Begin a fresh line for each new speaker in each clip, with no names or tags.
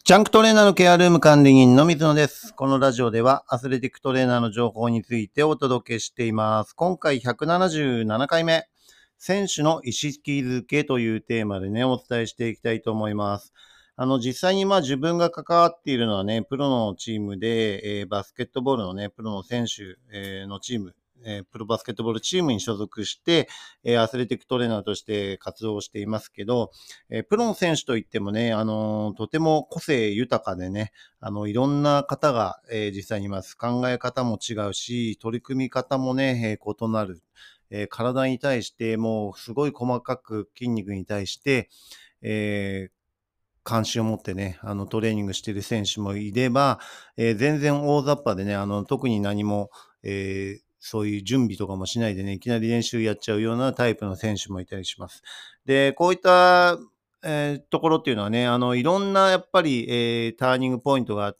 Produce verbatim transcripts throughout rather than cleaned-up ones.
ジャンクトレーナーのケアルーム管理人の水野です。このラジオではアスレティックトレーナーの情報についてお届けしています。今回ひゃくななじゅうななかいめ、選手の意識づけというテーマでね、お伝えしていきたいと思います。あの、実際にまあ自分が関わっているのはね、プロのチームで、えーバスケットボールのね、プロの選手、えーのチーム、えープロバスケットボールチームに所属して、えーアスレティックトレーナーとして活動していますけど、えープロの選手といってもね、あのーとても個性豊かでね、あの、いろんな方が、えー実際にいます。考え方も違うし、取り組み方もね、えー異なる。えー体に対してもうすごい細かく筋肉に対して、えー関心を持ってね、あの、トレーニングしている選手もいれば、えー全然大雑把でね、あの、特に何も、えーそういう準備とかもしないでね、いきなり練習やっちゃうようなタイプの選手もいたりします。で、こういった、えーところっていうのはね、あの、いろんなやっぱり、えーターニングポイントがあって、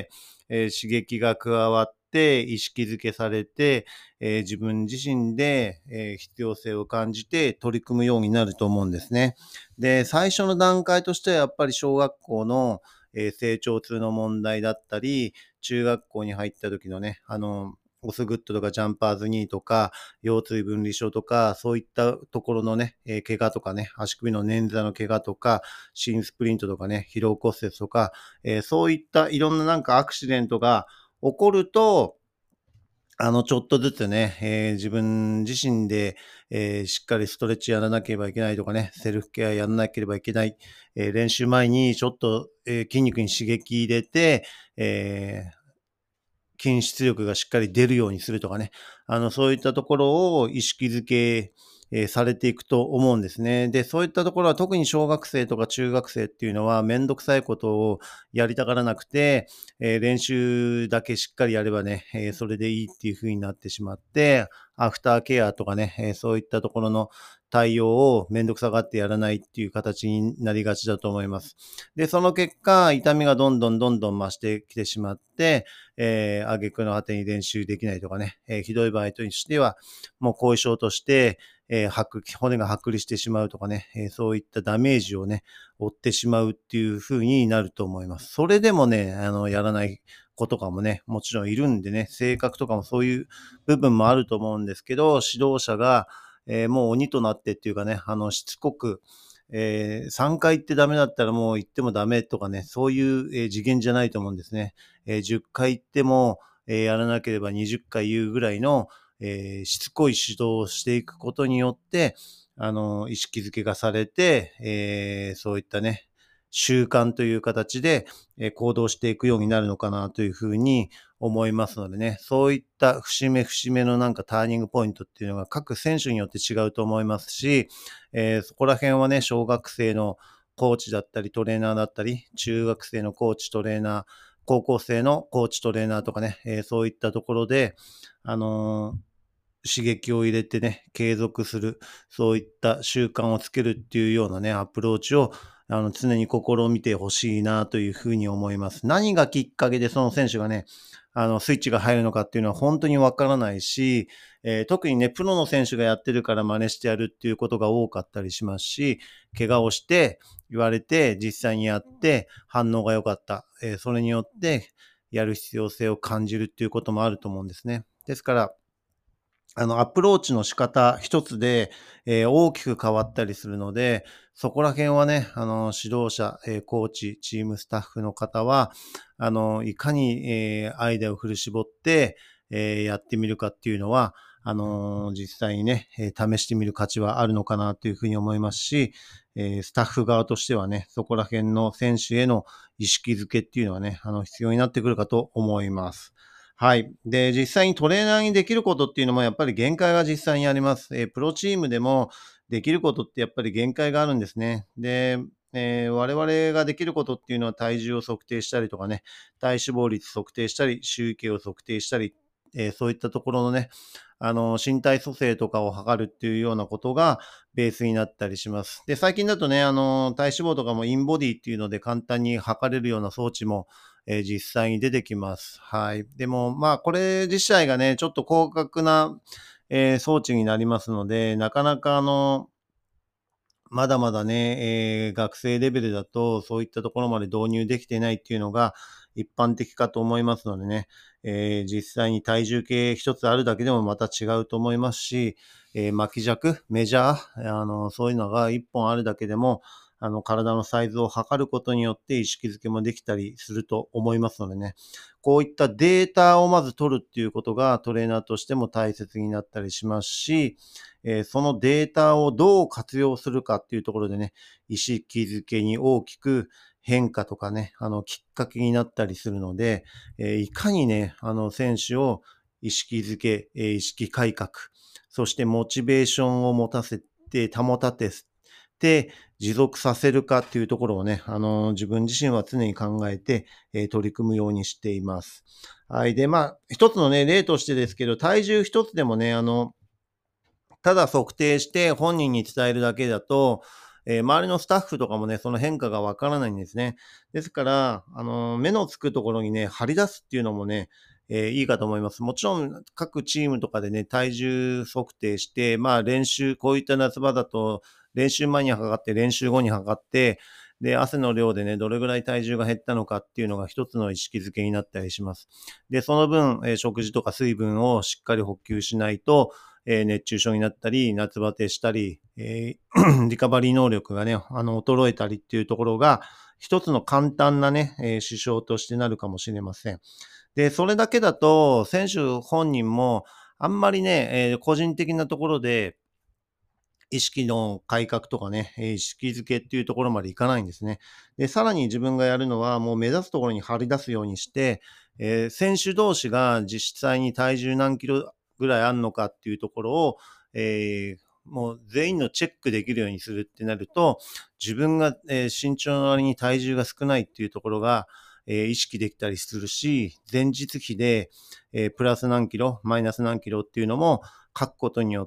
えー刺激が加わって、意識づけされて、えー自分自身で、えー必要性を感じて取り組むようになると思うんですね。で、最初の段階としてはやっぱり小学校の、えー成長痛の問題だったり、中学校に入った時のね、あの、オスグッドとかジャンパーズニーとか、腰椎分離症とか、そういったところのね、えー怪我とかね、足首の捻挫の怪我とか、シンスプリントとかね、疲労骨折とか、えーそういったいろんななんかアクシデントが起こると、あの、ちょっとずつね、えー自分自身で、えーしっかりストレッチやらなければいけないとかね、セルフケアやらなければいけない、えー練習前にちょっと、えー筋肉に刺激入れて、えー筋出力がしっかり出るようにするとかね、あの、そういったところを意識づけ、えーされていくと思うんですね。で、そういったところは特に小学生とか中学生っていうのはめんどくさいことをやりたがらなくて、えー練習だけしっかりやればね、えーそれでいいっていう風になってしまって、アフターケアとかね、えーそういったところの対応をめんどくさがってやらないっていう形になりがちだと思います。で、その結果、痛みがどんどんどんどん増してきてしまって、えー、挙句の果てに練習できないとかね、えーひどい場合としては、もう後遺症として、えー、剥骨が剥離してしまうとかね、えーそういったダメージをね、負ってしまうっていう風になると思います。それでもね、あの、やらない子とかもね、もちろんいるんでね、性格とかもそういう部分もあると思うんですけど、指導者が、えーもう鬼となってっていうかね、あの、しつこく、えー、さんかい行ってダメだったらもう行ってもダメとかね、そういう、えー次元じゃないと思うんですね。えーじゅっかい行っても、えーやらなければにじゅっかい言うぐらいの、えーしつこい指導をしていくことによって、あの、意識づけがされて、えーそういったね、習慣という形で、えー行動していくようになるのかなというふうに思いますのでね、そういった節目節目のなんかターニングポイントっていうのが各選手によって違うと思いますし、えーそこら辺はね、小学生のコーチだったりトレーナーだったり、中学生のコーチトレーナー、高校生のコーチトレーナーとかね、えーそういったところで、あのー刺激を入れてね、継続する、そういった習慣をつけるっていうようなね、アプローチを、あの、常に試みてほしいなというふうに思います。何がきっかけでその選手がね、あの、スイッチが入るのかっていうのは本当にわからないし、えー特にね、プロの選手がやってるから真似してやるっていうことが多かったりしますし、怪我をして言われて実際にやって反応が良かった。えーそれによってやる必要性を感じるっていうこともあると思うんですね。ですから、あの、アプローチの仕方一つで、えー大きく変わったりするので、そこら辺はね、あの、指導者、えーコーチ、チームスタッフの方は、あの、いかに、えーアイデアを振り絞って、えーやってみるかっていうのは、あのー実際にね、えー試してみる価値はあるのかなというふうに思いますし、えースタッフ側としてはね、そこら辺の選手への意識づけっていうのはね、あの、必要になってくるかと思います。はい。で、実際にトレーナーにできることっていうのもやっぱり限界が実際にあります。えープロチームでもできることってやっぱり限界があるんですね。で、えー我々ができることっていうのは体重を測定したりとかね、体脂肪率測定したり、周期を測定したり、えーそういったところのね、あの、身体組成とかを測るっていうようなことがベースになったりします。で、最近だとね、あの、体脂肪とかもインボディっていうので簡単に測れるような装置もえー実際に出てきます。はい。でも、まあ、これ自体がね、ちょっと高額な、えー装置になりますので、なかなかあの、 まだまだね、えー学生レベルだと、そういったところまで導入できてないっていうのが一般的かと思いますのでね、えー実際に体重計一つあるだけでもまた違うと思いますし、えー巻き尺、メジャー、あの、そういうのが一本あるだけでも、あの、体のサイズを測ることによって意識づけもできたりすると思いますのでね、こういったデータをまず取るっていうことがトレーナーとしても大切になったりしますし、えーそのデータをどう活用するかっていうところでね、意識づけに大きく変化とかね、あの、きっかけになったりするので、えーいかにね、あの、選手を意識づけ、えー意識改革、そしてモチベーションを持たせて、保たてて、持続させるかっていうところをね、あの、自分自身は常に考えて、えー取り組むようにしています。はい。で、まあ、一つのね、例としてですけど、体重一つでもね、あの、ただ測定して本人に伝えるだけだと、えー周りのスタッフとかもね、その変化がわからないんですね。ですから、あのー目のつくところにね、張り出すっていうのもね、えーいいかと思います。もちろん、各チームとかでね、体重測定して、まあ練習、こういった夏場だと、練習前に測って、練習後に測って、で、汗の量でね、どれぐらい体重が減ったのかっていうのが一つの意識づけになったりします。で、その分、えー食事とか水分をしっかり補給しないと、えー熱中症になったり、夏バテしたり、えーリカバリー能力がね、あの、衰えたりっていうところが、一つの簡単なね、えー指標としてなるかもしれません。で、それだけだと、選手本人も、あんまりね、えー個人的なところで、意識の改革とかね、えー意識づけっていうところまでいかないんですね。で、さらに自分がやるのは、もう目指すところに張り出すようにして、えー選手同士が実際に体重何キロぐらいあるのかっていうところを、えーもう全員のチェックできるようにするってなると、自分が、えー身長の割に体重が少ないっていうところが、えー意識できたりするし、前日比で、えープラス何キロ、マイナス何キロっていうのも書くことによって、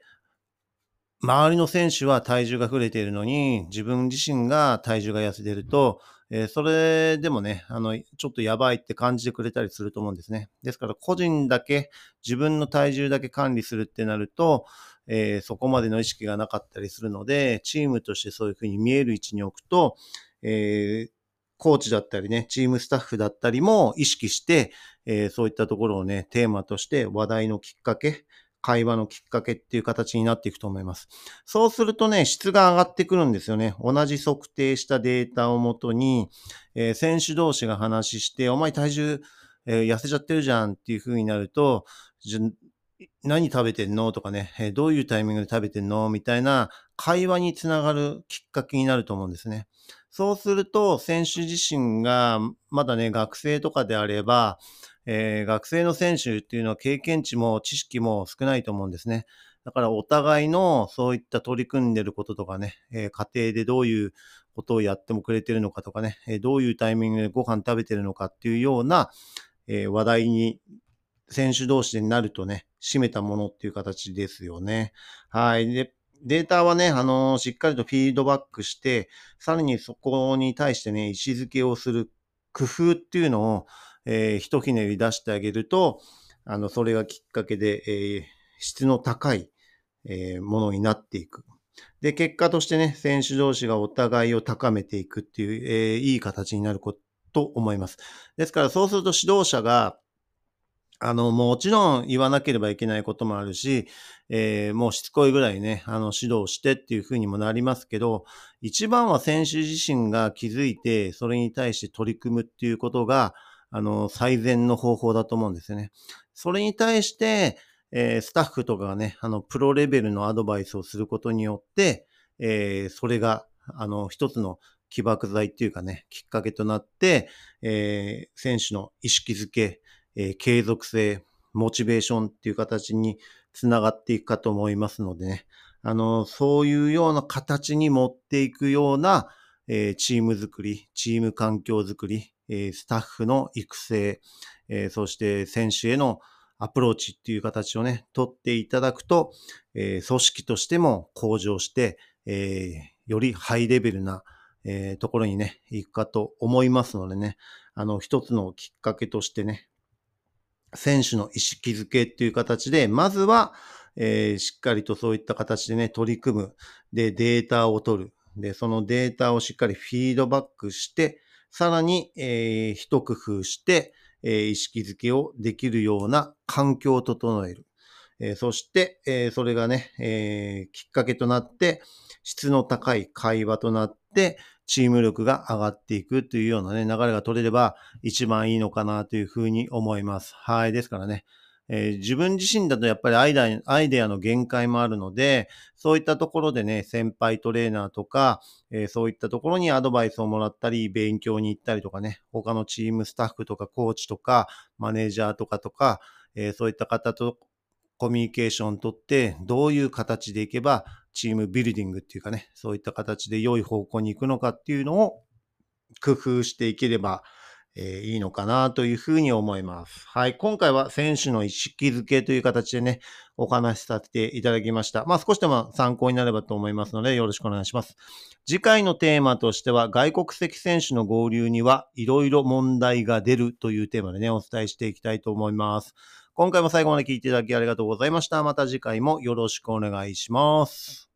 周りの選手は体重が増えているのに、自分自身が体重が痩せていると、えーそれでもね、あの、ちょっとやばいって感じてくれたりすると思うんですね。ですから個人だけ、自分の体重だけ管理するってなると、えーそこまでの意識がなかったりするので、チームとしてそういうふうに見える位置に置くと、えーコーチだったりね、チームスタッフだったりも意識して、えーそういったところをね、テーマとして話題のきっかけ、会話のきっかけっていう形になっていくと思います。そうするとね、質が上がってくるんですよね。同じ測定したデータをもとに、えー選手同士が話して、お前体重、えー痩せちゃってるじゃんっていう風になると、じゃ何食べてんのとかね、えーどういうタイミングで食べてんのみたいな会話につながるきっかけになると思うんですね。そうすると、選手自身がまだね、学生とかであれば、えー学生の選手っていうのは経験値も知識も少ないと思うんですね。だからお互いのそういった取り組んでることとかね、えー家庭でどういうことをやってもくれてるのかとかね、えーどういうタイミングでご飯食べてるのかっていうような、えー話題に選手同士でなるとね、締めたものっていう形ですよね。はい。で、データはね、あのーしっかりとフィードバックして、さらにそこに対してね、意思づけをする工夫っていうのを、えー、ひとひねり出してあげると、あの、それがきっかけで、えー質の高い、えーものになっていく。で、結果としてね、選手同士がお互いを高めていくっていう、えーいい形になること思います。ですから、そうすると指導者が、あの、もちろん言わなければいけないこともあるし、えーもうしつこいぐらいね、あの、指導してっていうふうにもなりますけど、一番は選手自身が気づいて、それに対して取り組むっていうことが、あの、最善の方法だと思うんですよね。それに対して、えースタッフとかがね、あの、プロレベルのアドバイスをすることによって、えーそれが、あの、一つの起爆剤っていうかね、きっかけとなって、えー選手の意識づけ、えー継続性、モチベーションっていう形につながっていくかと思いますのでね。あの、そういうような形に持っていくような、えーチーム作り、チーム環境作り、えースタッフの育成、えーそして選手へのアプローチっていう形をね、取っていただくと、えー組織としても向上して、えーよりハイレベルな、えーところにね、行くかと思いますのでね、あの、一つのきっかけとしてね、選手の意識づけっていう形で、まずは、 えーしっかりとそういった形でね、取り組む。で、データを取る。で、そのデータをしっかりフィードバックして、さらに、えー一工夫して、えー意識づけをできるような環境を整える。えーそして、えーそれがね、えーきっかけとなって、質の高い会話となって、チーム力が上がっていくというようなね、流れが取れれば一番いいのかなというふうに思います。はい。ですからね、えー自分自身だとやっぱりアイデアアイデアの限界もあるので、そういったところでね、先輩トレーナーとか、えーそういったところにアドバイスをもらったり、勉強に行ったりとかね、他のチームスタッフとかコーチとか、マネージャーとかとか、えーそういった方とコミュニケーションをとって、どういう形でいけば、チームビルディングっていうかね、そういった形で良い方向に行くのかっていうのを工夫していければ、えーいいのかなというふうに思います。はい。今回は選手の意識づけという形でね、お話しさせていただきました。まあ少しでも参考になればと思いますので、よろしくお願いします。次回のテーマとしては、外国籍選手の合流にはいろいろ問題が出るというテーマでね、お伝えしていきたいと思います。今回も最後まで聞いていただきありがとうございました。また次回もよろしくお願いします。